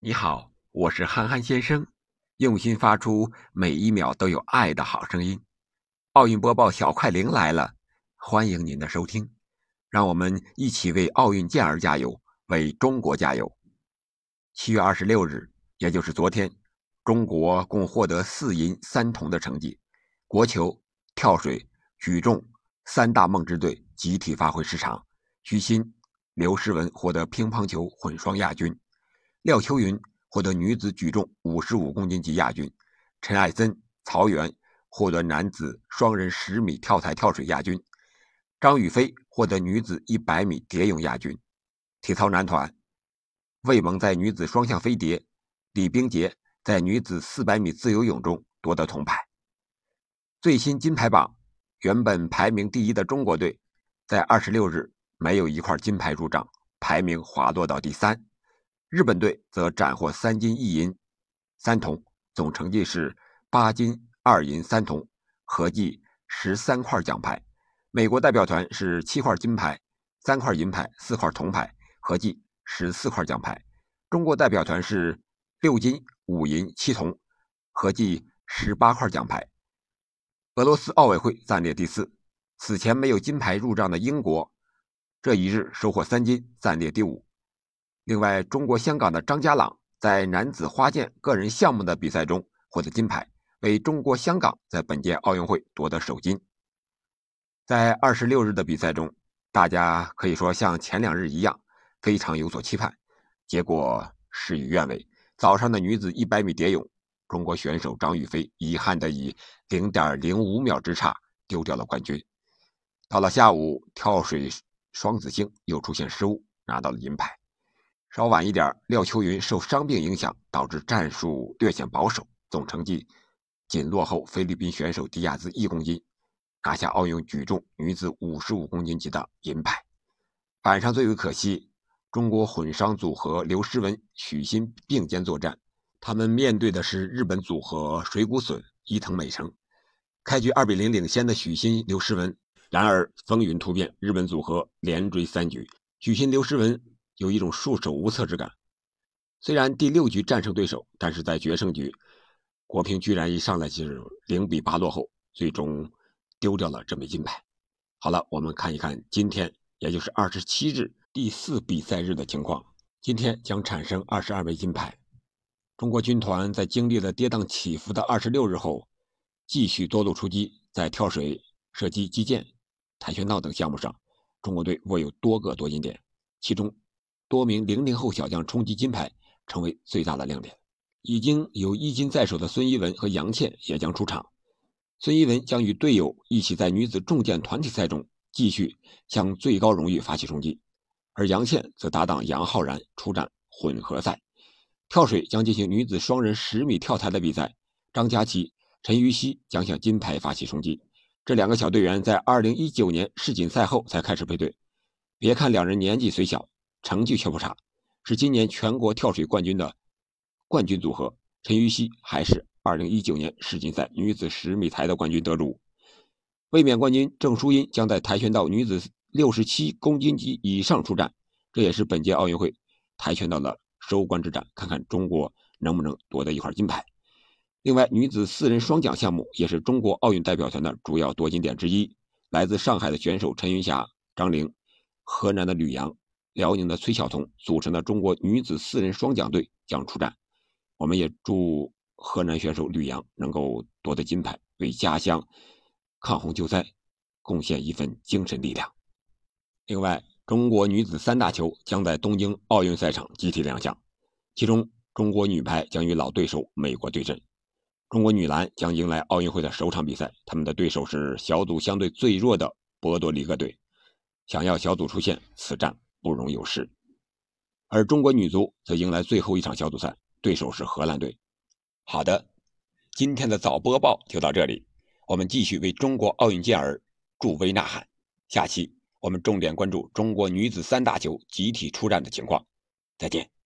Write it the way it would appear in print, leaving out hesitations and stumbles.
你好，我是憨憨先生，用心发出每一秒都有爱的好声音。奥运播报小快灵来了，欢迎您的收听，让我们一起为奥运健儿加油，为中国加油。7月26日，也就是昨天，中国共获得4银3铜的成绩，国球、跳水、举重三大梦之队集体发挥失常。徐昕、刘诗雯获得乒乓球混双亚军，廖秋云获得女子举重55公斤级亚军，陈艾森、曹缘获得男子双人10米跳台跳水亚军，张雨霏获得女子100米蝶泳亚军。体操男团，魏萌在女子双项飞碟，李冰洁在女子400米自由泳中夺得铜牌。最新金牌榜，原本排名第一的中国队在26日没有一块金牌入账，排名滑落到第3。日本队则斩获3金1银3铜，总成绩是8金2银3铜，合计13块奖牌。美国代表团是7块金牌、3块银牌、4块铜牌，合计14块奖牌。中国代表团是6金5银7铜，合计18块奖牌。俄罗斯奥委会暂列第4，此前没有金牌入账的英国，这一日收获3金，暂列第5。另外，中国香港的张家朗在男子花剑个人项目的比赛中获得金牌，为中国香港在本届奥运会夺得首金。在26日的比赛中，大家可以说像前2日一样，非常有所期盼，结果事与愿违。早上的女子100米蝶泳，中国选手张雨霏遗憾地以 0.05 秒之差丢掉了冠军。到了下午，跳水双子星又出现失误，拿到了银牌。稍晚一点，廖秋云受伤病影响，导致战术略显保守，总成绩仅落后菲律宾选手迪亚兹1公斤，拿下奥运举重女子55公斤级的银牌。板上最为可惜，中国混双组合刘诗雯、许昕并肩作战，他们面对的是日本组合水谷隼、伊藤美诚。开局2比0领先的许昕、刘诗雯，然而风云突变，日本组合连追3局，许昕、刘诗雯有一种束手无策之感。虽然第6局战胜对手，但是在决胜局，国乒居然一上来就是0比8落后，最终丢掉了这枚金牌。好了，我们看一看今天，也就是27日第4比赛日的情况。今天将产生22枚金牌。中国军团在经历了跌宕起伏的26日后，继续多路出击，在跳水、射击、击剑、跆拳道等项目上，中国队握有多个夺金点，其中多名00后小将冲击金牌成为最大的亮点。已经有1金在手的孙一文和杨倩也将出场。孙一文将与队友一起在女子重剑团体赛中继续向最高荣誉发起冲击，而杨倩则搭档杨浩然出战混合赛。跳水将进行女子双人10米跳台的比赛，张家齐、陈芋汐将向金牌发起冲击。这2个小队员在2019年世锦赛后才开始配对，别看2人年纪虽小，成绩却不差，是今年全国跳水冠军的冠军组合。陈芋汐还是2019年世锦赛女子10米台的冠军得主。卫冕冠军郑淑英将在跆拳道女子67公斤级以上出战，这也是本届奥运会跆拳道的收官之战，看看中国能不能夺得一块金牌。另外，女子4人双桨项目也是中国奥运代表团的主要夺金点之一，来自上海的选手陈云霞、张玲，河南的吕阳、辽宁的崔晓彤组成的中国女子4人双桨队将出战。我们也祝河南选手吕阳能够夺得金牌，为家乡抗洪救灾贡献一份精神力量。另外，中国女子3大球将在东京奥运赛场集体亮相，其中中国女排将与老对手美国对阵。中国女篮将迎来奥运会的首场比赛，他们的对手是小组相对最弱的波多黎各队，想要小组出线，此战不容有失。而中国女足则迎来最后一场小组赛，对手是荷兰队。好的，今天的早播报就到这里，我们继续为中国奥运健儿助威呐喊。下期我们重点关注中国女子3大球集体出战的情况，再见。